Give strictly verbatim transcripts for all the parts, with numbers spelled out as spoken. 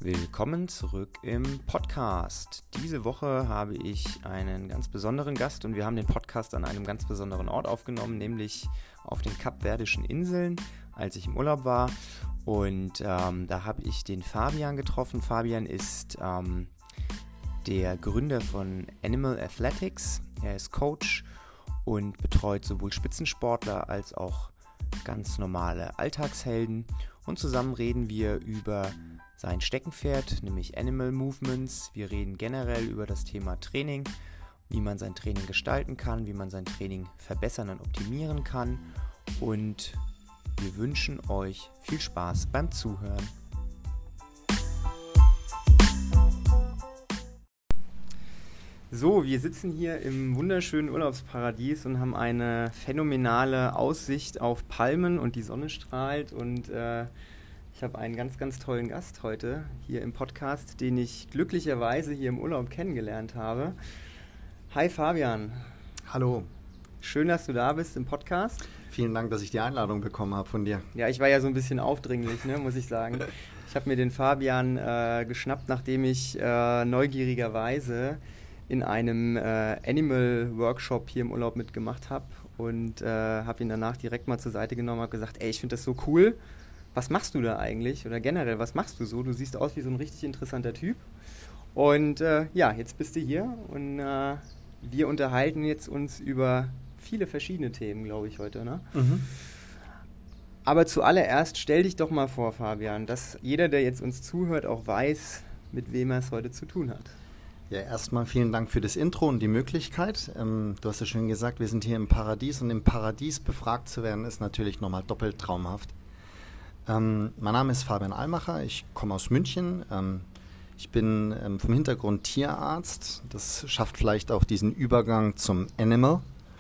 Willkommen zurück im Podcast. Diese Woche habe ich einen ganz besonderen Gast und wir haben den Podcast an einem ganz besonderen Ort aufgenommen, nämlich auf den Kapverdischen Inseln, als ich im Urlaub war. Und ähm, da habe ich den Fabian getroffen. Fabian ist ähm, der Gründer von Animal Athletics. Er ist Coach und betreut sowohl Spitzensportler als auch ganz normale Alltagshelden. Und zusammen reden wir über sein Steckenpferd, nämlich Animal Movements. Wir reden generell über das Thema Training, wie man sein Training gestalten kann, wie man sein Training verbessern und optimieren kann. Und wir wünschen euch viel Spaß beim Zuhören. So, wir sitzen hier im wunderschönen Urlaubsparadies und haben eine phänomenale Aussicht auf Palmen und die Sonne strahlt und äh, ich habe einen ganz, ganz tollen Gast heute hier im Podcast, den ich glücklicherweise hier im Urlaub kennengelernt habe. Hi Fabian. Hallo. Schön, dass du da bist im Podcast. Vielen Dank, dass ich die Einladung bekommen habe von dir. Ja, ich war ja so ein bisschen aufdringlich, ne, muss ich sagen. Ich habe mir den Fabian äh, geschnappt, nachdem ich äh, neugierigerweise in einem äh, Animal-Workshop hier im Urlaub mitgemacht habe und äh, habe ihn danach direkt mal zur Seite genommen und habe gesagt, ey, ich finde das so cool. Was machst du da eigentlich? Oder generell, was machst du so? Du siehst aus wie so ein richtig interessanter Typ. Und äh, ja, jetzt bist du hier und äh, wir unterhalten jetzt uns über viele verschiedene Themen, glaube ich, heute, ne? Mhm. Aber zuallererst stell dich doch mal vor, Fabian, dass jeder, der jetzt uns zuhört, auch weiß, mit wem er es heute zu tun hat. Ja, erstmal vielen Dank für das Intro und die Möglichkeit. Ähm, du hast ja schön gesagt, wir sind hier im Paradies und im Paradies befragt zu werden, ist natürlich nochmal doppelt traumhaft. Ähm, mein Name ist Fabian Allmacher, ich komme aus München. Ähm, ich bin ähm, vom Hintergrund Tierarzt. Das schafft vielleicht auch diesen Übergang zum Animal.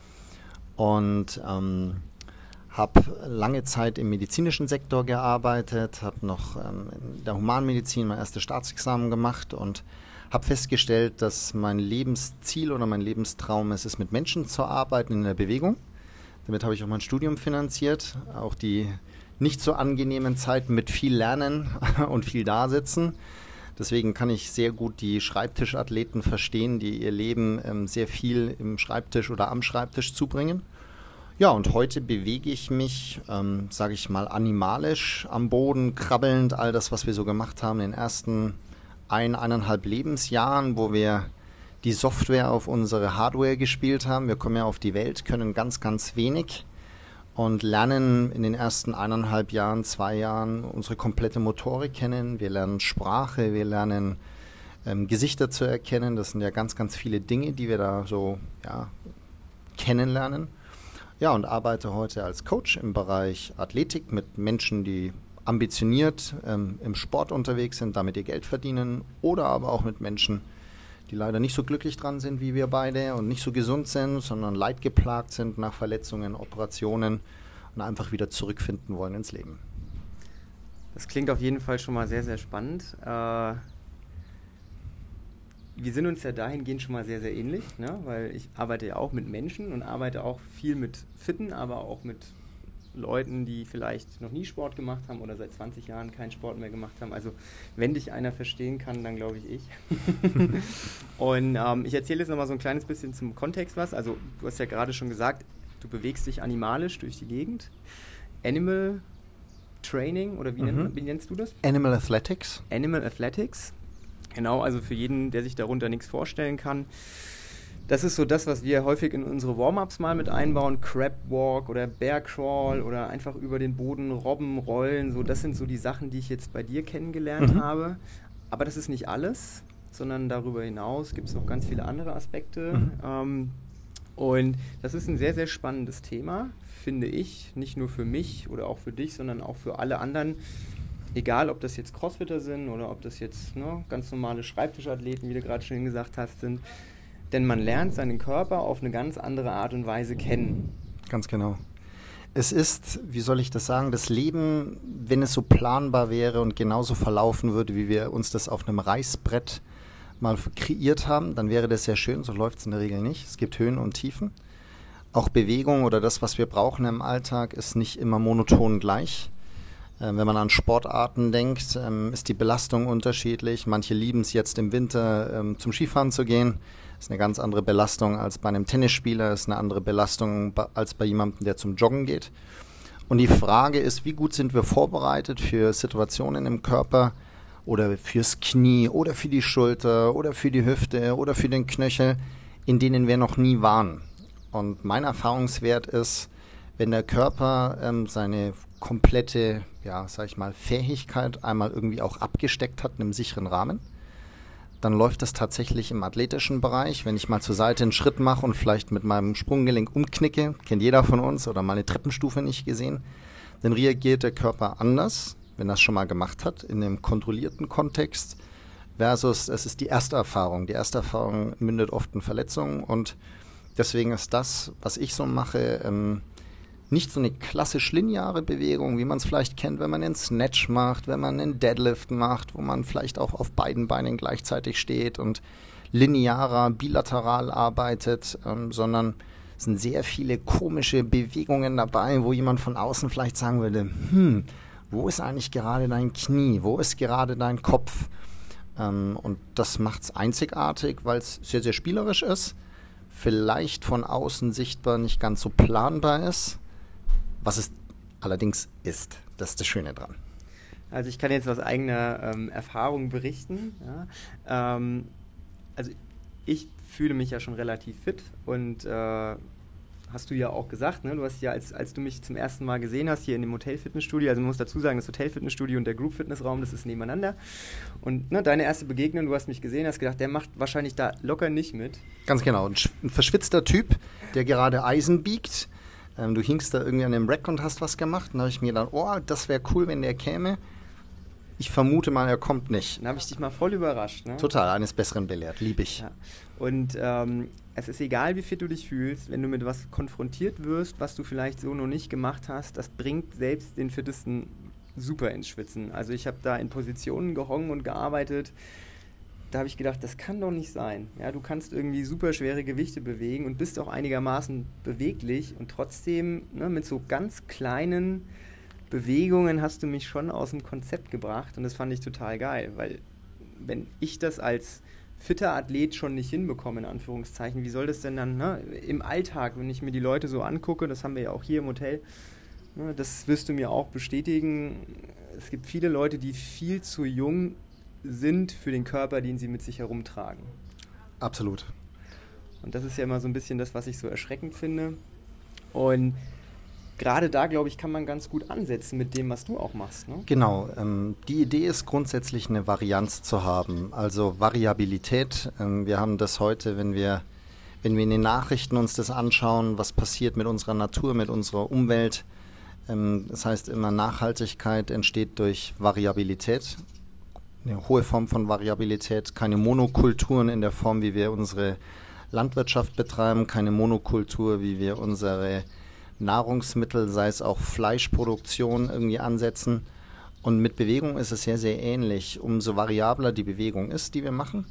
Und ähm, habe lange Zeit im medizinischen Sektor gearbeitet, habe noch ähm, in der Humanmedizin mein erstes Staatsexamen gemacht und habe festgestellt, dass mein Lebensziel oder mein Lebenstraum ist, es mit Menschen zu arbeiten in der Bewegung. Damit habe ich auch mein Studium finanziert, auch die nicht so angenehmen Zeiten mit viel Lernen und viel Dasitzen. Deswegen kann ich sehr gut die Schreibtischathleten verstehen, die ihr Leben ähm, sehr viel im Schreibtisch oder am Schreibtisch zubringen. Ja, und heute bewege ich mich, ähm, sage ich mal, animalisch am Boden, krabbelnd, all das, was wir so gemacht haben in den ersten ein, eineinhalb Lebensjahren, wo wir die Software auf unsere Hardware gespielt haben. Wir kommen ja auf die Welt, können ganz, ganz wenig und lernen in den ersten eineinhalb Jahren, zwei Jahren unsere komplette Motorik kennen. Wir lernen Sprache, wir lernen ähm, Gesichter zu erkennen. Das sind ja ganz, ganz viele Dinge, die wir da so ja, kennenlernen. Ja, und arbeite heute als Coach im Bereich Athletik mit Menschen, die ambitioniert ähm, im Sport unterwegs sind, damit ihr Geld verdienen, oder aber auch mit Menschen, die leider nicht so glücklich dran sind wie wir beide und nicht so gesund sind, sondern leidgeplagt sind nach Verletzungen, Operationen und einfach wieder zurückfinden wollen ins Leben. Das klingt auf jeden Fall schon mal sehr, sehr spannend. Äh, wir sind uns ja dahingehend schon mal sehr, sehr ähnlich, ne? Weil ich arbeite ja auch mit Menschen und arbeite auch viel mit Fitten, aber auch mit Leuten, die vielleicht noch nie Sport gemacht haben oder seit zwanzig Jahren keinen Sport mehr gemacht haben. Also wenn dich einer verstehen kann, dann glaube ich ich. Und ähm, ich erzähle jetzt nochmal so ein kleines bisschen zum Kontext was. Also du hast ja gerade schon gesagt, du bewegst dich animalisch durch die Gegend. Animal Training oder wie, mhm. nenn, wie nennst du das? Animal Athletics. Animal Athletics. Genau, also für jeden, der sich darunter nichts vorstellen kann. Das ist so das, was wir häufig in unsere Warm-Ups mal mit einbauen, Crab Walk oder Bear Crawl oder einfach über den Boden robben, rollen, so, das sind so die Sachen, die ich jetzt bei dir kennengelernt mhm. habe. Aber das ist nicht alles, sondern darüber hinaus gibt es noch ganz viele andere Aspekte. Mhm. Ähm, und das ist ein sehr, sehr spannendes Thema, finde ich, nicht nur für mich oder auch für dich, sondern auch für alle anderen. Egal, ob das jetzt Crossfitter sind oder ob das jetzt ne, ganz normale Schreibtischathleten, wie du gerade schon gesagt hast, sind. Denn man lernt seinen Körper auf eine ganz andere Art und Weise kennen. Ganz genau. Es ist, wie soll ich das sagen, das Leben, wenn es so planbar wäre und genauso verlaufen würde, wie wir uns das auf einem Reißbrett mal kreiert haben, dann wäre das sehr schön. So läuft es in der Regel nicht. Es gibt Höhen und Tiefen. Auch Bewegung oder das, was wir brauchen im Alltag, ist nicht immer monoton gleich. Äh, wenn man an Sportarten denkt, ähm, ist die Belastung unterschiedlich. Manche lieben es jetzt im Winter ähm, zum Skifahren zu gehen. Das ist eine ganz andere Belastung als bei einem Tennisspieler, ist eine andere Belastung ba- als bei jemandem, der zum Joggen geht. Und die Frage ist, wie gut sind wir vorbereitet für Situationen im Körper oder fürs Knie oder für die Schulter oder für die Hüfte oder für den Knöchel, in denen wir noch nie waren. Und mein Erfahrungswert ist, wenn der Körper ähm, seine komplette, ja, sag ich mal, Fähigkeit einmal irgendwie auch abgesteckt hat in einem sicheren Rahmen, dann läuft das tatsächlich im athletischen Bereich. Wenn ich mal zur Seite einen Schritt mache und vielleicht mit meinem Sprunggelenk umknicke, kennt jeder von uns, oder mal eine Treppenstufe nicht gesehen, dann reagiert der Körper anders, wenn er es schon mal gemacht hat, in einem kontrollierten Kontext, versus es ist die erste Erfahrung. Die erste Erfahrung mündet oft in Verletzungen und deswegen ist das, was ich so mache, ähm, nicht so eine klassisch lineare Bewegung, wie man es vielleicht kennt, wenn man einen Snatch macht, wenn man einen Deadlift macht, wo man vielleicht auch auf beiden Beinen gleichzeitig steht und linearer, bilateral arbeitet, ähm, sondern es sind sehr viele komische Bewegungen dabei, wo jemand von außen vielleicht sagen würde, hm, wo ist eigentlich gerade dein Knie, wo ist gerade dein Kopf? Ähm, und das macht es einzigartig, weil es sehr, sehr spielerisch ist, vielleicht von außen sichtbar nicht ganz so planbar ist, was es allerdings ist. Das ist das Schöne dran. Also ich kann jetzt aus eigener ähm, Erfahrung berichten. Ja. Ähm, also ich fühle mich ja schon relativ fit und äh, hast du ja auch gesagt, ne? Du hast ja, als, als du mich zum ersten Mal gesehen hast, hier in dem Hotel-Fitnessstudio, also man muss dazu sagen, das Hotel-Fitnessstudio und der Group-Fitnessraum, das ist nebeneinander. Und ne, deine erste Begegnung, du hast mich gesehen, hast gedacht, der macht wahrscheinlich da locker nicht mit. Ganz genau, ein, ein verschwitzter Typ, der gerade Eisen biegt. Ähm, du hingst da irgendwie an dem Rack und hast was gemacht. Dann habe ich mir gedacht, oh, das wäre cool, wenn der käme. Ich vermute mal, er kommt nicht. Dann habe ich dich mal voll überrascht. Ne? Total, eines Besseren belehrt, liebe ich. Ja. Und ähm, es ist egal, wie fit du dich fühlst, wenn du mit was konfrontiert wirst, was du vielleicht so noch nicht gemacht hast, das bringt selbst den Fittesten super ins Schwitzen. Also ich habe da in Positionen gehongen und gearbeitet, da habe ich gedacht, das kann doch nicht sein. Ja, du kannst irgendwie super schwere Gewichte bewegen und bist auch einigermaßen beweglich und trotzdem ne, mit so ganz kleinen Bewegungen hast du mich schon aus dem Konzept gebracht und das fand ich total geil, weil wenn ich das als fitter Athlet schon nicht hinbekomme, in Anführungszeichen, wie soll das denn dann ne, im Alltag, wenn ich mir die Leute so angucke, das haben wir ja auch hier im Hotel, ne, das wirst du mir auch bestätigen, es gibt viele Leute, die viel zu jung sind für den Körper, den sie mit sich herumtragen. Absolut. Und das ist ja immer so ein bisschen das, was ich so erschreckend finde. Und gerade da, glaube ich, kann man ganz gut ansetzen mit dem, was du auch machst. Ne? Genau. Ähm, die Idee ist grundsätzlich eine Varianz zu haben, also Variabilität. Ähm, wir haben das heute, wenn wir, wenn wir in den Nachrichten uns das anschauen, was passiert mit unserer Natur, mit unserer Umwelt. Ähm, das heißt immer, Nachhaltigkeit entsteht durch Variabilität. Eine hohe Form von Variabilität, keine Monokulturen in der Form, wie wir unsere Landwirtschaft betreiben, keine Monokultur, wie wir unsere Nahrungsmittel, sei es auch Fleischproduktion, irgendwie ansetzen. Und mit Bewegung ist es sehr, sehr ähnlich. Umso variabler die Bewegung ist, die wir machen,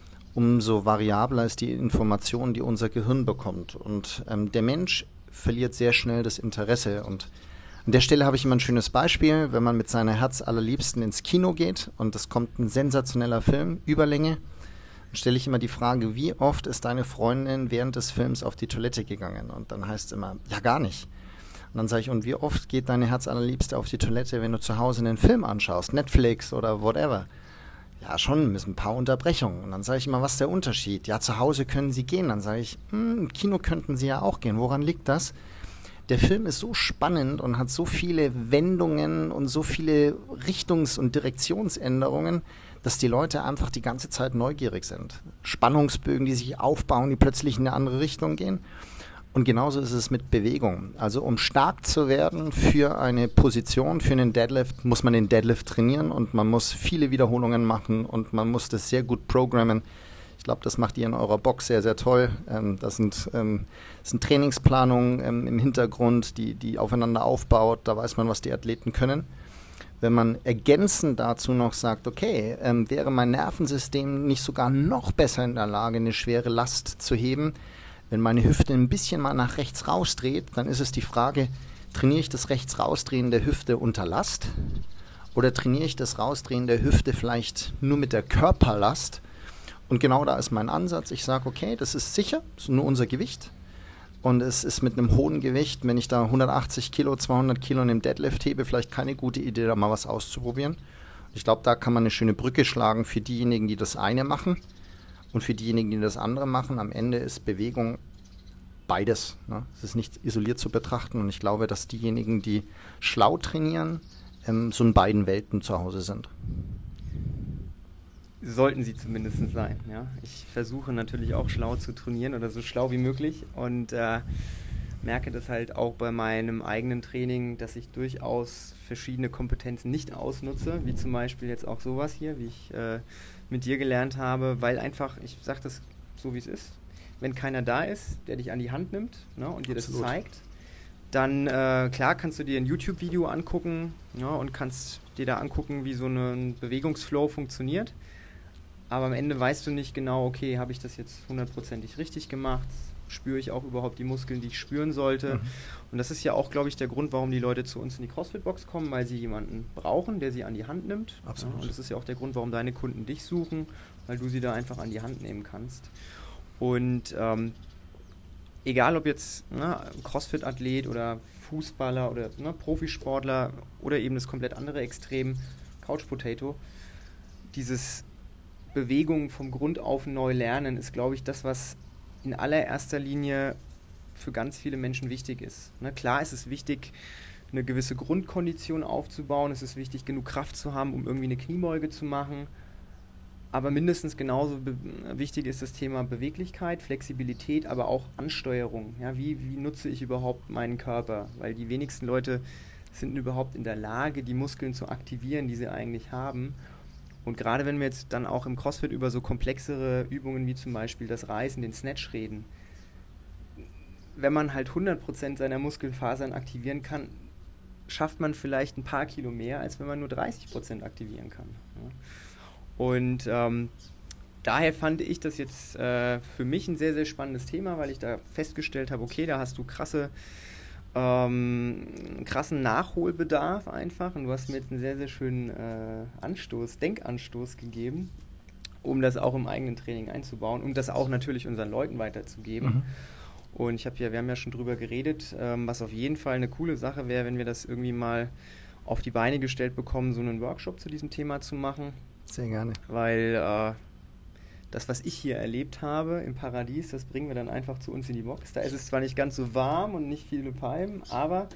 umso variabler ist die Information, die unser Gehirn bekommt. Und ähm, der Mensch verliert sehr schnell das Interesse. Und an der Stelle habe ich immer ein schönes Beispiel, wenn man mit seiner Herzallerliebsten ins Kino geht und es kommt ein sensationeller Film, Überlänge, dann stelle ich immer die Frage, wie oft ist deine Freundin während des Films auf die Toilette gegangen? Und dann heißt es immer, ja gar nicht. Und dann sage ich, und wie oft geht deine Herzallerliebste auf die Toilette, wenn du zu Hause einen Film anschaust, Netflix oder whatever? Ja schon, mit ein paar Unterbrechungen. Und dann sage ich immer, was ist der Unterschied? Ja, zu Hause können sie gehen. Dann sage ich, hm, im Kino könnten sie ja auch gehen. Woran liegt das? Der Film ist so spannend und hat so viele Wendungen und so viele Richtungs- und Direktionsänderungen, dass die Leute einfach die ganze Zeit neugierig sind. Spannungsbögen, die sich aufbauen, die plötzlich in eine andere Richtung gehen. Und genauso ist es mit Bewegung. Also um stark zu werden für eine Position, für einen Deadlift, muss man den Deadlift trainieren und man muss viele Wiederholungen machen und man muss das sehr gut programmen. Ich glaube, das macht ihr in eurer Box sehr, sehr toll. Ähm, das, sind, ähm, das sind Trainingsplanungen ähm, im Hintergrund, die, die aufeinander aufbaut. Da weiß man, was die Athleten können. Wenn man ergänzend dazu noch sagt, okay, ähm, wäre mein Nervensystem nicht sogar noch besser in der Lage, eine schwere Last zu heben, Wenn meine Hüfte ein bisschen mal nach rechts rausdreht, dann ist es die Frage, trainiere ich das rechts rausdrehen der Hüfte unter Last oder trainiere ich das Rausdrehen der Hüfte vielleicht nur mit der Körperlast? Und genau da ist mein Ansatz. Ich sage, okay, das ist sicher, das ist nur unser Gewicht. Und es ist mit einem hohen Gewicht, wenn ich da hundertachtzig Kilo, zweihundert Kilo in dem Deadlift hebe, vielleicht keine gute Idee, da mal was auszuprobieren. Ich glaube, da kann man eine schöne Brücke schlagen für diejenigen, die das eine machen und für diejenigen, die das andere machen. Am Ende ist Bewegung beides. Ne? Es ist nicht isoliert zu betrachten. Und ich glaube, dass diejenigen, die schlau trainieren, ähm, so in beiden Welten zu Hause sind. Sollten sie zumindest sein. Ja? Ich versuche natürlich auch schlau zu trainieren oder so schlau wie möglich und äh, merke das halt auch bei meinem eigenen Training, dass ich durchaus verschiedene Kompetenzen nicht ausnutze, wie zum Beispiel jetzt auch sowas hier, wie ich äh, mit dir gelernt habe, weil einfach, ich sage das so wie es ist, wenn keiner da ist, der dich an die Hand nimmt, ne, und dir Absolut. das zeigt, dann äh, klar kannst du dir ein YouTube-Video angucken, ja, und kannst dir da angucken, wie so ein Bewegungsflow funktioniert. Aber am Ende weißt du nicht genau, okay, habe ich das jetzt hundertprozentig richtig gemacht? Spüre ich auch überhaupt die Muskeln, die ich spüren sollte? Mhm. Und das ist ja auch, glaube ich, der Grund, warum die Leute zu uns in die CrossFit-Box kommen, weil sie jemanden brauchen, der sie an die Hand nimmt. Absolut. Ja, und das ist ja auch der Grund, warum deine Kunden dich suchen, weil du sie da einfach an die Hand nehmen kannst. Und ähm, egal ob jetzt ne, CrossFit-Athlet oder Fußballer oder ne, Profisportler oder eben das komplett andere Extrem, Couch Potato, dieses Bewegung vom Grund auf neu lernen ist, glaube ich, das, was in allererster Linie für ganz viele Menschen wichtig ist. Ne, klar ist es wichtig, eine gewisse Grundkondition aufzubauen, es ist wichtig, genug Kraft zu haben, um irgendwie eine Kniebeuge zu machen, aber mindestens genauso be- wichtig ist das Thema Beweglichkeit, Flexibilität, aber auch Ansteuerung. Ja, wie, wie nutze ich überhaupt meinen Körper? Weil die wenigsten Leute sind überhaupt in der Lage, die Muskeln zu aktivieren, die sie eigentlich haben. Und gerade wenn wir jetzt dann auch im CrossFit über so komplexere Übungen wie zum Beispiel das Reißen, den Snatch reden, wenn man halt hundert Prozent seiner Muskelfasern aktivieren kann, schafft man vielleicht ein paar Kilo mehr, als wenn man nur dreißig Prozent aktivieren kann. Und ähm, daher fand ich das jetzt äh, für mich ein sehr, sehr spannendes Thema, weil ich da festgestellt habe, okay, da hast du krasse Ähm, krassen Nachholbedarf einfach und du hast mir jetzt einen sehr, sehr schönen äh, Anstoß, Denkanstoß gegeben, um das auch im eigenen Training einzubauen, um das auch natürlich unseren Leuten weiterzugeben. Mhm. Und ich habe ja, wir haben ja schon drüber geredet, ähm, was auf jeden Fall eine coole Sache wäre, wenn wir das irgendwie mal auf die Beine gestellt bekommen, so einen Workshop zu diesem Thema zu machen. Sehr gerne. Weil äh, das, was ich hier erlebt habe im Paradies, das bringen wir dann einfach zu uns in die Box. Da ist es zwar nicht ganz so warm und nicht viele Palmen, aber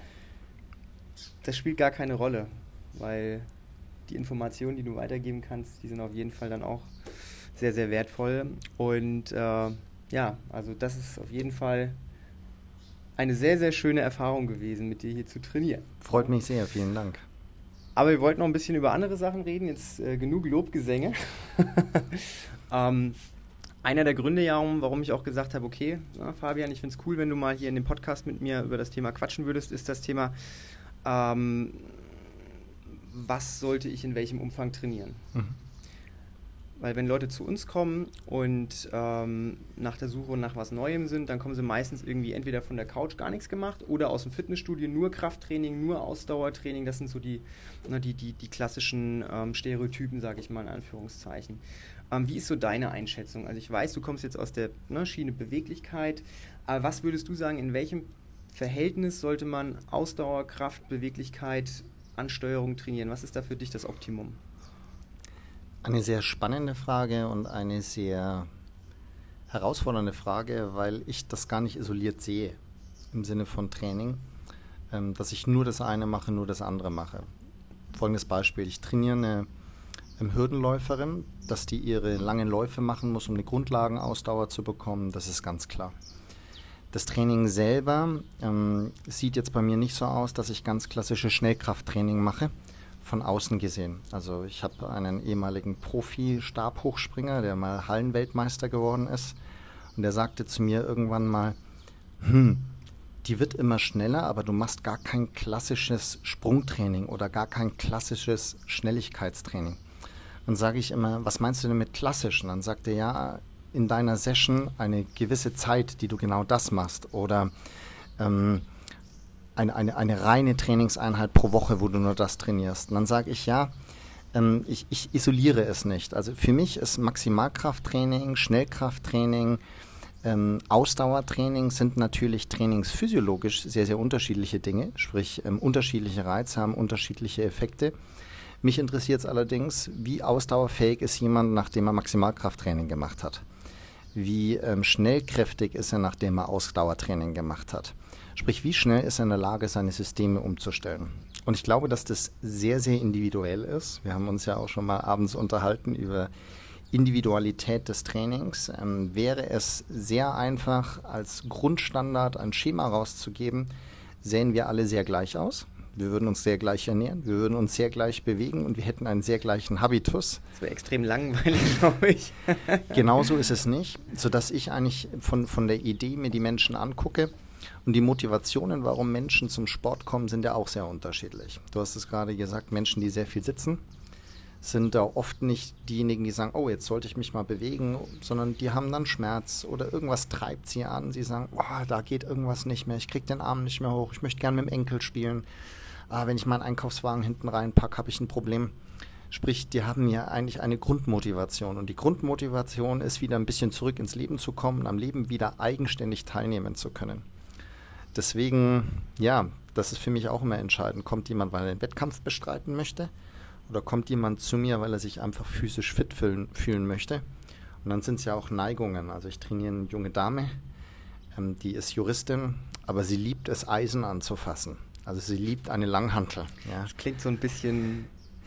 das spielt gar keine Rolle, weil die Informationen, die du weitergeben kannst, die sind auf jeden Fall dann auch sehr, sehr wertvoll. Und äh, ja, also das ist auf jeden Fall eine sehr, sehr schöne Erfahrung gewesen, mit dir hier zu trainieren. Freut mich sehr, vielen Dank. Aber wir wollten noch ein bisschen über andere Sachen reden, jetzt äh, genug Lobgesänge. ähm, einer der Gründe, ja, warum ich auch gesagt habe, okay, na, Fabian, ich finde es cool, wenn du mal hier in dem Podcast mit mir über das Thema quatschen würdest, ist das Thema, ähm, was sollte ich in welchem Umfang trainieren? Mhm. Weil wenn Leute zu uns kommen und ähm, nach der Suche nach was Neuem sind, dann kommen sie meistens irgendwie entweder von der Couch gar nichts gemacht oder aus dem Fitnessstudio nur Krafttraining, nur Ausdauertraining. Das sind so die, na, die, die, die klassischen ähm, Stereotypen, sage ich mal in Anführungszeichen. Ähm, wie ist so deine Einschätzung? Also ich weiß, du kommst jetzt aus der ne, Schiene Beweglichkeit, aber was würdest du sagen, in welchem Verhältnis sollte man Ausdauer, Kraft, Beweglichkeit, Ansteuerung trainieren? Was ist da für dich das Optimum? Eine sehr spannende Frage und eine sehr herausfordernde Frage, weil ich das gar nicht isoliert sehe im Sinne von Training, ähm, dass ich nur das eine mache, nur das andere mache. Folgendes Beispiel, ich trainiere eine, eine Hürdenläuferin, dass die ihre langen Läufe machen muss, um eine Grundlagenausdauer zu bekommen, das ist ganz klar. Das Training selber ähm, sieht jetzt bei mir nicht so aus, dass ich ganz klassisches Schnellkrafttraining mache, von außen gesehen. Also ich habe einen ehemaligen Profi-Stabhochspringer, der mal Hallenweltmeister geworden ist und der sagte zu mir irgendwann mal, hm, die wird immer schneller, aber du machst gar kein klassisches Sprungtraining oder gar kein klassisches Schnelligkeitstraining. Dann sage ich immer, was meinst du denn mit klassisch? Und dann sagt er, ja, in deiner Session eine gewisse Zeit, die du genau das machst oder ähm, eine, eine, eine reine Trainingseinheit pro Woche, wo du nur das trainierst. Und dann sage ich, ja, ähm, ich, ich isoliere es nicht. Also für mich ist Maximalkrafttraining, Schnellkrafttraining, ähm, Ausdauertraining sind natürlich trainingsphysiologisch sehr, sehr unterschiedliche Dinge, sprich ähm, unterschiedliche Reize haben unterschiedliche Effekte. Mich interessiert es allerdings, wie ausdauerfähig ist jemand, nachdem er Maximalkrafttraining gemacht hat. Wie ähm, schnellkräftig ist er, nachdem er Ausdauertraining gemacht hat. Sprich, wie schnell ist er in der Lage, seine Systeme umzustellen. Und ich glaube, dass das sehr, sehr individuell ist. Wir haben uns ja auch schon mal abends unterhalten über Individualität des Trainings. Ähm, wäre es sehr einfach, als Grundstandard ein Schema rauszugeben, sehen wir alle sehr gleich aus. Wir würden uns sehr gleich ernähren, wir würden uns sehr gleich bewegen und wir hätten einen sehr gleichen Habitus. Das wäre extrem langweilig, glaube ich. Genauso ist es nicht, sodass ich eigentlich von, von der Idee mir die Menschen angucke und die Motivationen, warum Menschen zum Sport kommen, sind ja auch sehr unterschiedlich. Du hast es gerade gesagt, Menschen, die sehr viel sitzen, sind da oft nicht diejenigen, die sagen, oh, jetzt sollte ich mich mal bewegen, sondern die haben dann Schmerz oder irgendwas treibt sie an. Sie sagen, oh, da geht irgendwas nicht mehr, ich kriege den Arm nicht mehr hoch, ich möchte gerne mit dem Enkel spielen. Ah, wenn ich meinen Einkaufswagen hinten reinpacke, habe ich ein Problem. Sprich, die haben ja eigentlich eine Grundmotivation. Und die Grundmotivation ist, wieder ein bisschen zurück ins Leben zu kommen, am Leben wieder eigenständig teilnehmen zu können. Deswegen, ja, das ist für mich auch immer entscheidend. Kommt jemand, weil er den Wettkampf bestreiten möchte? Oder kommt jemand zu mir, weil er sich einfach physisch fit fühlen, fühlen möchte? Und dann sind es ja auch Neigungen. Also ich trainiere eine junge Dame, ähm, die ist Juristin, aber sie liebt es, Eisen anzufassen. Also sie liebt eine Langhantel. Ja. Das klingt so ein bisschen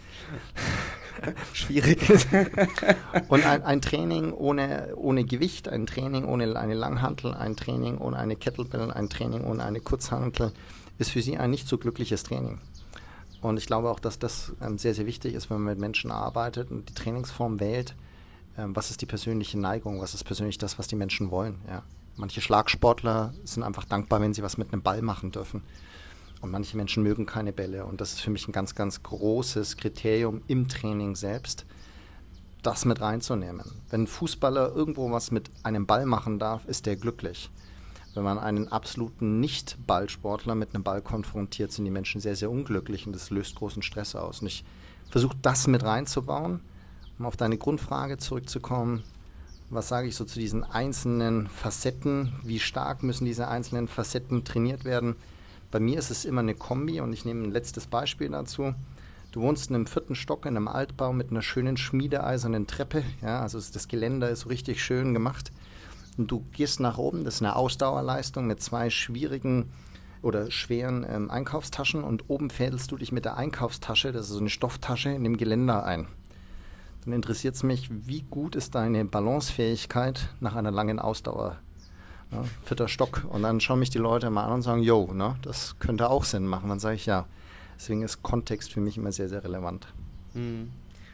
schwierig. Und ein, ein Training ohne, ohne Gewicht, ein Training ohne eine Langhantel, ein Training ohne eine Kettlebell, ein Training ohne eine Kurzhantel ist für sie ein nicht so glückliches Training. Und ich glaube auch, dass das ähm, sehr, sehr wichtig ist, wenn man mit Menschen arbeitet und die Trainingsform wählt. Ähm, was ist die persönliche Neigung? Was ist persönlich das, was die Menschen wollen? Ja. Manche Schlagsportler sind einfach dankbar, wenn sie was mit einem Ball machen dürfen. Und manche Menschen mögen keine Bälle. Und das ist für mich ein ganz, ganz großes Kriterium im Training selbst, das mit reinzunehmen. Wenn ein Fußballer irgendwo was mit einem Ball machen darf, ist der glücklich. Wenn man einen absoluten Nicht-Ballsportler mit einem Ball konfrontiert, sind die Menschen sehr, sehr unglücklich und das löst großen Stress aus. Und ich versuche das mit reinzubauen, um auf deine Grundfrage zurückzukommen. Was sage ich so zu diesen einzelnen Facetten? Wie stark müssen diese einzelnen Facetten trainiert werden? Bei mir ist es immer eine Kombi und ich nehme ein letztes Beispiel dazu. Du wohnst in einem vierten Stock in einem Altbau mit einer schönen schmiedeeisernen Treppe. Ja, also das Geländer ist so richtig schön gemacht. Und du gehst nach oben, das ist eine Ausdauerleistung mit zwei schwierigen oder schweren ähm, Einkaufstaschen und oben fädelst du dich mit der Einkaufstasche, das ist so eine Stofftasche, in dem Geländer ein. Dann interessiert es mich, wie gut ist deine Balancefähigkeit nach einer langen Ausdauer? Ja, vierter Stock. Und dann schauen mich die Leute mal an und sagen, jo, ne, das könnte auch Sinn machen. Dann sage ich, ja. Deswegen ist Kontext für mich immer sehr, sehr relevant. Hm.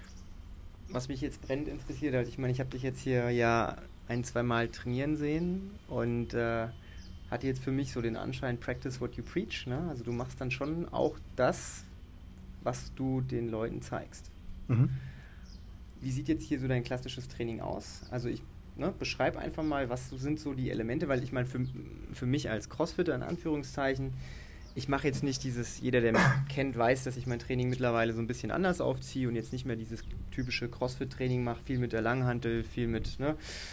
Was mich jetzt brennend interessiert, also ich meine, ich habe dich jetzt hier ja ein, zwei Mal trainieren sehen und äh, hatte jetzt für mich so den Anschein, practice what you preach, ne? Also du machst dann schon auch das, was du den Leuten zeigst. Mhm. Wie sieht jetzt hier so dein klassisches Training aus? Also ich Ne, beschreib einfach mal, was sind so die Elemente, weil ich meine, für, für mich als Crossfitter in Anführungszeichen, ich mache jetzt nicht dieses, jeder, der mich kennt, weiß, dass ich mein Training mittlerweile so ein bisschen anders aufziehe und jetzt nicht mehr dieses typische Crossfit-Training mache, viel mit der Langhantel, viel mit ne,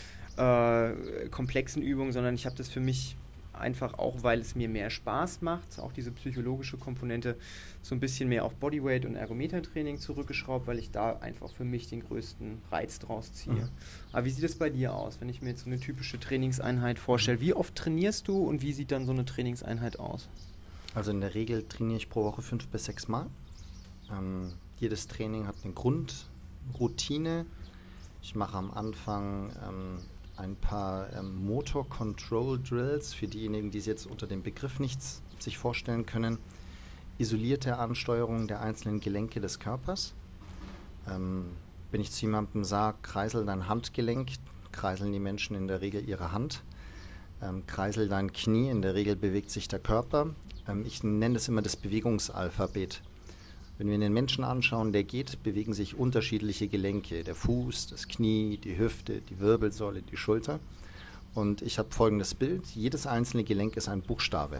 äh, komplexen Übungen, sondern ich habe das für mich einfach auch, weil es mir mehr Spaß macht, auch diese psychologische Komponente, so ein bisschen mehr auf Bodyweight- und Ergometertraining zurückgeschraubt, weil ich da einfach für mich den größten Reiz draus ziehe. Mhm. Aber wie sieht es bei dir aus, wenn ich mir jetzt so eine typische Trainingseinheit vorstelle? Wie oft trainierst du und wie sieht dann so eine Trainingseinheit aus? Also in der Regel trainiere ich pro Woche fünf bis sechs Mal. Ähm, jedes Training hat eine Grundroutine. Ich mache am Anfang ähm, ein paar ähm, Motor-Control-Drills für diejenigen, die es jetzt unter dem Begriff nichts sich vorstellen können. Isolierte Ansteuerung der einzelnen Gelenke des Körpers. Ähm, wenn ich zu jemandem sage, kreisel dein Handgelenk, kreiseln die Menschen in der Regel ihre Hand. Ähm, kreisel dein Knie, in der Regel bewegt sich der Körper. Ähm, ich nenne das immer das Bewegungsalphabet. Wenn wir den Menschen anschauen, der geht, bewegen sich unterschiedliche Gelenke. Der Fuß, das Knie, die Hüfte, die Wirbelsäule, die Schulter. Und ich habe folgendes Bild. Jedes einzelne Gelenk ist ein Buchstabe.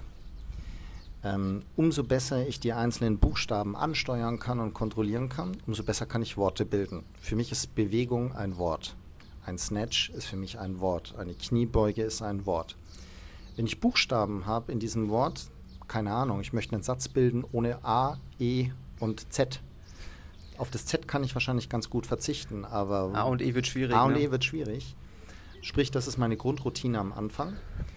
Ähm, umso besser ich die einzelnen Buchstaben ansteuern kann und kontrollieren kann, umso besser kann ich Worte bilden. Für mich ist Bewegung ein Wort. Ein Snatch ist für mich ein Wort. Eine Kniebeuge ist ein Wort. Wenn ich Buchstaben habe in diesem Wort, keine Ahnung, ich möchte einen Satz bilden ohne A, E und Z. Auf das Z kann ich wahrscheinlich ganz gut verzichten, aber A und E wird schwierig. A und ne? E wird schwierig. Sprich, das ist meine Grundroutine am Anfang.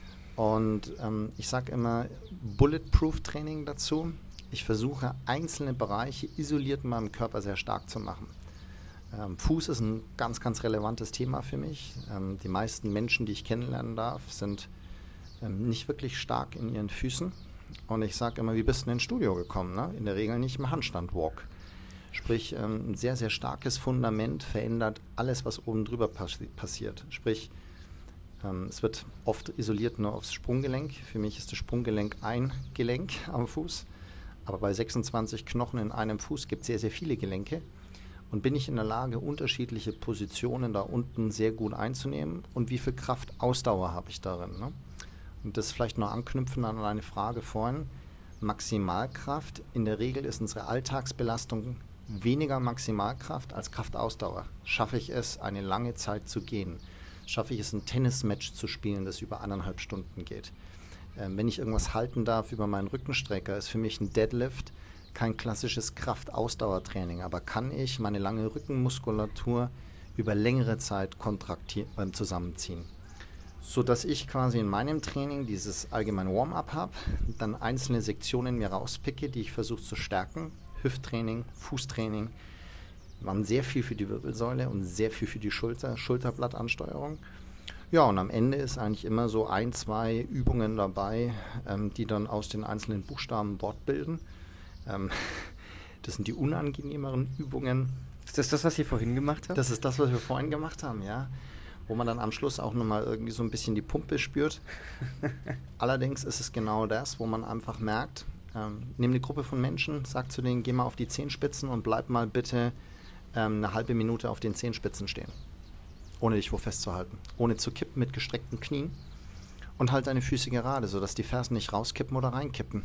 Und ähm, ich sage immer Bulletproof-Training dazu. Ich versuche, einzelne Bereiche isoliert in meinem Körper sehr stark zu machen. Ähm, Fuß ist ein ganz, ganz relevantes Thema für mich. Ähm, die meisten Menschen, die ich kennenlernen darf, sind ähm, nicht wirklich stark in ihren Füßen. Und ich sage immer, wie bist du ins Studio gekommen? Ne? In der Regel nicht im Handstand-Walk. Sprich, ähm, ein sehr, sehr starkes Fundament verändert alles, was oben drüber passi- passiert. Sprich, ähm, es wird oft isoliert nur aufs Sprunggelenk. Für mich ist das Sprunggelenk ein Gelenk am Fuß. Aber bei sechsundzwanzig Knochen in einem Fuß gibt es sehr, sehr viele Gelenke. Und bin ich in der Lage, unterschiedliche Positionen da unten sehr gut einzunehmen? Und wie viel Kraft, Ausdauer habe ich darin? Ne? Und das vielleicht noch anknüpfen an eine Frage vorhin. Maximalkraft, in der Regel ist unsere Alltagsbelastung weniger Maximalkraft als Kraftausdauer. Schaffe ich es, eine lange Zeit zu gehen? Schaffe ich es, ein Tennismatch zu spielen, das über eineinhalb Stunden geht? Ähm, wenn ich irgendwas halten darf über meinen Rückenstrecker, ist für mich ein Deadlift kein klassisches Kraftausdauertraining, aber kann ich meine lange Rückenmuskulatur über längere Zeit kontraktieren, äh, zusammenziehen? Sodass ich quasi in meinem Training dieses allgemeine Warm-up habe, dann einzelne Sektionen mir rauspicke, die ich versuche zu stärken. Hüfttraining, Fußtraining, waren sehr viel für die Wirbelsäule und sehr viel für die Schulter, Schulterblattansteuerung. Ja, und am Ende ist eigentlich immer so ein, zwei Übungen dabei, ähm, die dann aus den einzelnen Buchstaben ein Wort bilden. Ähm, das sind die unangenehmeren Übungen. Ist das das, was ihr vorhin gemacht habt? Das ist das, was wir vorhin gemacht haben, ja. Wo man dann am Schluss auch nochmal irgendwie so ein bisschen die Pumpe spürt. Allerdings ist es genau das, wo man einfach merkt, ähm, nimm eine Gruppe von Menschen, sag zu denen, geh mal auf die Zehenspitzen und bleib mal bitte ähm, eine halbe Minute auf den Zehenspitzen stehen. Ohne dich wo festzuhalten. Ohne zu kippen mit gestreckten Knien. Und halt deine Füße gerade, sodass die Fersen nicht rauskippen oder reinkippen.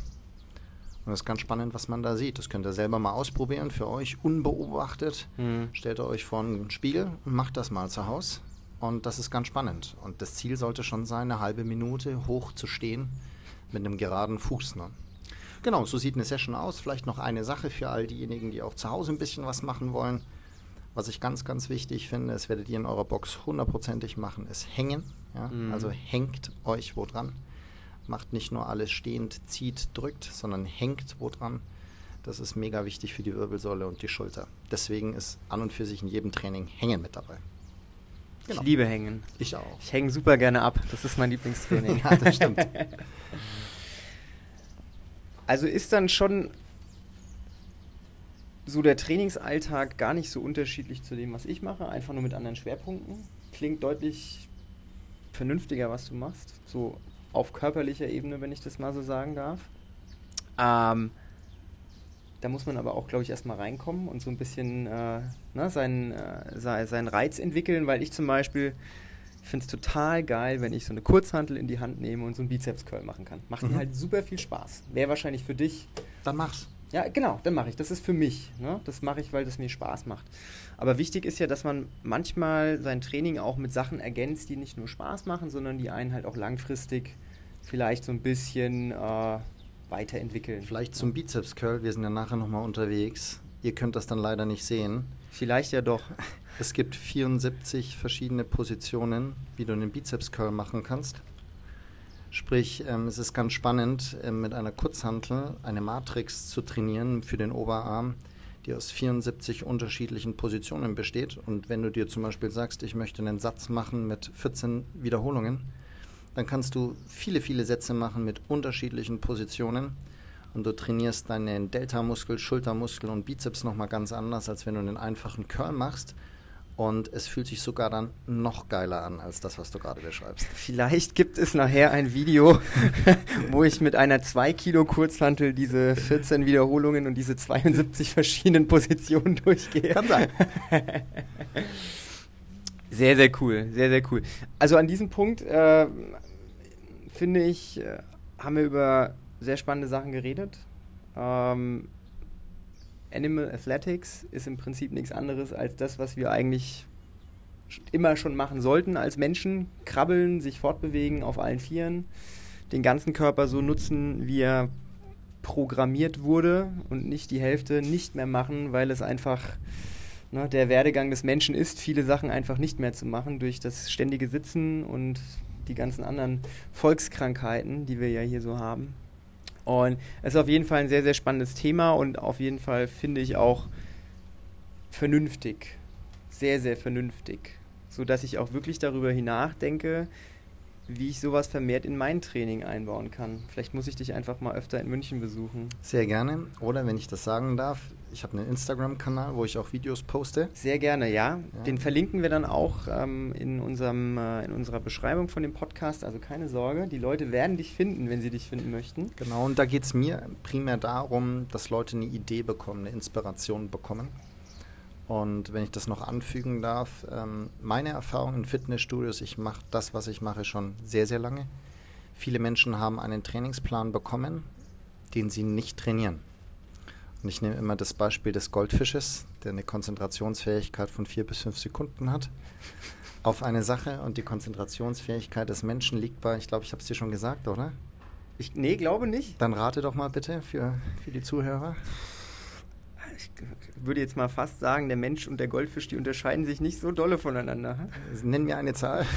Und das ist ganz spannend, was man da sieht. Das könnt ihr selber mal ausprobieren, für euch unbeobachtet. Mhm. Stellt ihr euch vor einen Spiegel und macht das mal zu Hause. Und das ist ganz spannend. Und das Ziel sollte schon sein, eine halbe Minute hoch zu stehen mit einem geraden Fuß. Ne? Genau, so sieht eine Session aus. Vielleicht noch eine Sache für all diejenigen, die auch zu Hause ein bisschen was machen wollen. Was ich ganz, ganz wichtig finde, das werdet ihr in eurer Box hundertprozentig machen, ist hängen. Ja? Mhm. Also hängt euch wo dran. Macht nicht nur alles stehend, zieht, drückt, sondern hängt wo dran. Das ist mega wichtig für die Wirbelsäule und die Schulter. Deswegen ist an und für sich in jedem Training Hängen mit dabei. Genau. Ich liebe Hängen. Ich auch. Ich hänge super gerne ab. Das ist mein Lieblingstraining. Ja, das stimmt. Also ist dann schon so der Trainingsalltag gar nicht so unterschiedlich zu dem, was ich mache, einfach nur mit anderen Schwerpunkten. Klingt deutlich vernünftiger, was du machst. So auf körperlicher Ebene, wenn ich das mal so sagen darf. Ähm, da muss man aber auch, glaube ich, erstmal reinkommen und so ein bisschen äh, ne, seinen, äh, seinen Reiz entwickeln, weil ich zum Beispiel finde es total geil, wenn ich so eine Kurzhantel in die Hand nehme und so einen Bizeps-Curl machen kann. Macht mhm. mir halt super viel Spaß. Wäre wahrscheinlich für dich. Dann mach's. Ja, genau, dann mache ich. Das ist für mich. Ne? Das mache ich, weil das mir Spaß macht. Aber wichtig ist ja, dass man manchmal sein Training auch mit Sachen ergänzt, die nicht nur Spaß machen, sondern die einen halt auch langfristig vielleicht so ein bisschen äh, weiterentwickeln. Vielleicht zum Bizeps-Curl, wir sind ja nachher nochmal unterwegs. Ihr könnt das dann leider nicht sehen. Vielleicht ja doch. Es gibt vierundsiebzig verschiedene Positionen, wie du einen Bizeps-Curl machen kannst. Sprich, ähm, es ist ganz spannend, ähm, mit einer Kurzhantel eine Matrix zu trainieren für den Oberarm, die aus vierundsiebzig unterschiedlichen Positionen besteht. Und wenn du dir zum Beispiel sagst, ich möchte einen Satz machen mit vierzehn Wiederholungen, dann kannst du viele, viele Sätze machen mit unterschiedlichen Positionen und du trainierst deinen Delta-Muskel, Schultermuskel und Bizeps nochmal ganz anders, als wenn du einen einfachen Curl machst Und es fühlt sich sogar dann noch geiler an, als das, was du gerade beschreibst. Vielleicht gibt es nachher ein Video, wo ich mit einer zwei Kilo Kurzhantel diese vierzehn Wiederholungen und diese zweiundsiebzig verschiedenen Positionen durchgehe. Kann sein. Sehr, sehr cool, sehr, sehr cool. Also an diesem Punkt, äh, finde ich, äh, haben wir über sehr spannende Sachen geredet. Ähm, Animal Athletics ist im Prinzip nichts anderes als das, was wir eigentlich immer schon machen sollten als Menschen. Krabbeln, sich fortbewegen auf allen Vieren, den ganzen Körper so nutzen, wie er programmiert wurde und nicht die Hälfte nicht mehr machen, weil es einfach ne, der Werdegang des Menschen ist, viele Sachen einfach nicht mehr zu machen durch das ständige Sitzen und die ganzen anderen Volkskrankheiten, die wir ja hier so haben. Und es ist auf jeden Fall ein sehr, sehr spannendes Thema und auf jeden Fall finde ich auch vernünftig, sehr, sehr vernünftig, sodass ich auch wirklich darüber nachdenke, wie ich sowas vermehrt in mein Training einbauen kann. Vielleicht muss ich dich einfach mal öfter in München besuchen. Sehr gerne. Oder wenn ich das sagen darf, ich habe einen Instagram-Kanal, wo ich auch Videos poste. Sehr gerne, ja. ja. Den verlinken wir dann auch ähm, in, unserem, äh, in unserer Beschreibung von dem Podcast. Also keine Sorge, die Leute werden dich finden, wenn sie dich finden möchten. Genau, und da geht es mir primär darum, dass Leute eine Idee bekommen, eine Inspiration bekommen. Und wenn ich das noch anfügen darf, ähm, meine Erfahrung in Fitnessstudios, ich mache das, was ich mache, schon sehr, sehr lange. Viele Menschen haben einen Trainingsplan bekommen, den sie nicht trainieren. Und ich nehme immer das Beispiel des Goldfisches, der eine Konzentrationsfähigkeit von vier bis fünf Sekunden hat auf eine Sache. Und die Konzentrationsfähigkeit des Menschen liegt bei, ich glaube, ich habe es dir schon gesagt, oder? Ich, nee, glaube nicht. Dann rate doch mal bitte für, für die Zuhörer. Ich würde jetzt mal fast sagen, der Mensch und der Goldfisch, die unterscheiden sich nicht so dolle voneinander. Nenn mir eine Zahl.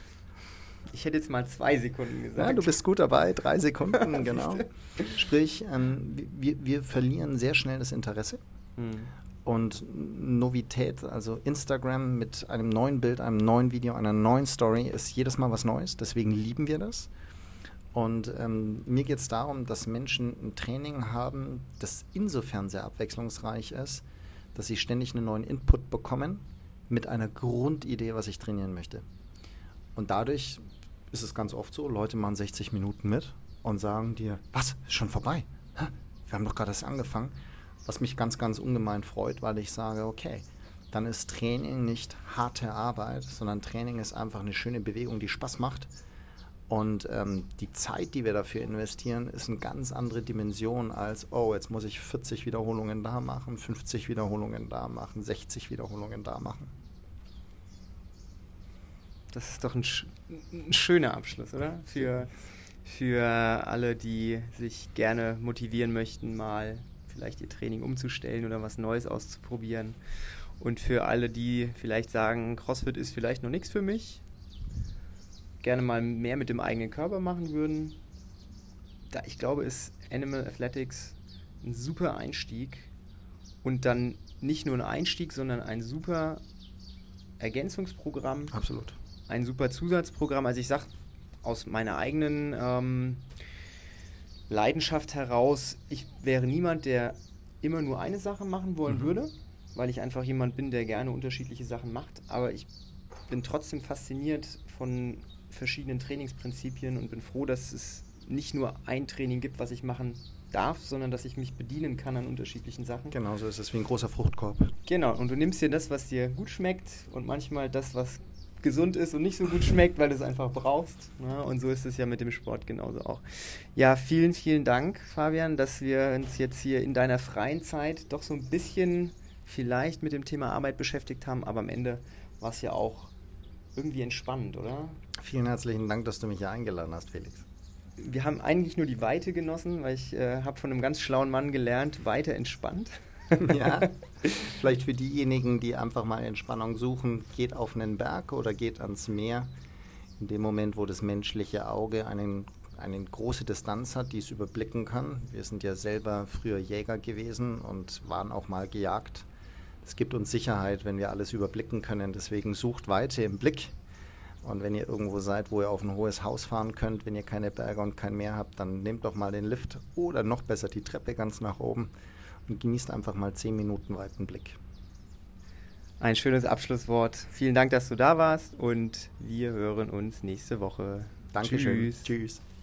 Ich hätte jetzt mal zwei Sekunden gesagt. Ja, du bist gut dabei, drei Sekunden, genau. Sprich, ähm, wir, wir verlieren sehr schnell das Interesse. Hm. Und Novität, also Instagram mit einem neuen Bild, einem neuen Video, einer neuen Story, ist jedes Mal was Neues. Deswegen lieben wir das. Und ähm, mir geht es darum, dass Menschen ein Training haben, das insofern sehr abwechslungsreich ist, dass sie ständig einen neuen Input bekommen mit einer Grundidee, was ich trainieren möchte. Und dadurch ist es ganz oft so, Leute machen sechzig Minuten mit und sagen dir, was, ist schon vorbei? Hä? Wir haben doch gerade erst angefangen. Was mich ganz, ganz ungemein freut, weil ich sage, okay, dann ist Training nicht harte Arbeit, sondern Training ist einfach eine schöne Bewegung, die Spaß macht. Und ähm, die Zeit, die wir dafür investieren, ist eine ganz andere Dimension als, oh, jetzt muss ich vierzig Wiederholungen da machen, fünfzig Wiederholungen da machen, sechzig Wiederholungen da machen. Das ist doch ein, sch- ein schöner Abschluss, oder? Für, für alle, die sich gerne motivieren möchten, mal vielleicht ihr Training umzustellen oder was Neues auszuprobieren. Und für alle, die vielleicht sagen, CrossFit ist vielleicht noch nichts für mich, gerne mal mehr mit dem eigenen Körper machen würden. Da, ich glaube, ist Animal Athletics ein super Einstieg und dann nicht nur ein Einstieg, sondern ein super Ergänzungsprogramm. Absolut. Ein super Zusatzprogramm. Also ich sage aus meiner eigenen ähm, Leidenschaft heraus, ich wäre niemand, der immer nur eine Sache machen wollen mhm. würde, weil ich einfach jemand bin, der gerne unterschiedliche Sachen macht. Aber ich bin trotzdem fasziniert von verschiedenen Trainingsprinzipien und bin froh, dass es nicht nur ein Training gibt, was ich machen darf, sondern dass ich mich bedienen kann an unterschiedlichen Sachen. Genau, so ist es wie ein großer Fruchtkorb. Genau, und du nimmst dir das, was dir gut schmeckt und manchmal das, was gesund ist und nicht so gut schmeckt, weil du es einfach brauchst. Ne? Und so ist es ja mit dem Sport genauso auch. Ja, vielen, vielen Dank, Fabian, dass wir uns jetzt hier in deiner freien Zeit doch so ein bisschen vielleicht mit dem Thema Arbeit beschäftigt haben, aber am Ende war es ja auch irgendwie entspannend, oder? Vielen herzlichen Dank, dass du mich hier eingeladen hast, Felix. Wir haben eigentlich nur die Weite genossen, weil ich äh, habe von einem ganz schlauen Mann gelernt, Weite entspannt. Ja, vielleicht für diejenigen, die einfach mal Entspannung suchen, geht auf einen Berg oder geht ans Meer. In dem Moment, wo das menschliche Auge einen, eine große Distanz hat, die es überblicken kann. Wir sind ja selber früher Jäger gewesen und waren auch mal gejagt. Es gibt uns Sicherheit, wenn wir alles überblicken können. Deswegen sucht Weite im Blick. Und wenn ihr irgendwo seid, wo ihr auf ein hohes Haus fahren könnt, wenn ihr keine Berge und kein Meer habt, dann nehmt doch mal den Lift oder noch besser die Treppe ganz nach oben und genießt einfach mal zehn Minuten weiten Blick. ein schönes Abschlusswort. Vielen Dank, dass du da warst und wir hören uns nächste Woche. Dankeschön. Tschüss. Tschüss.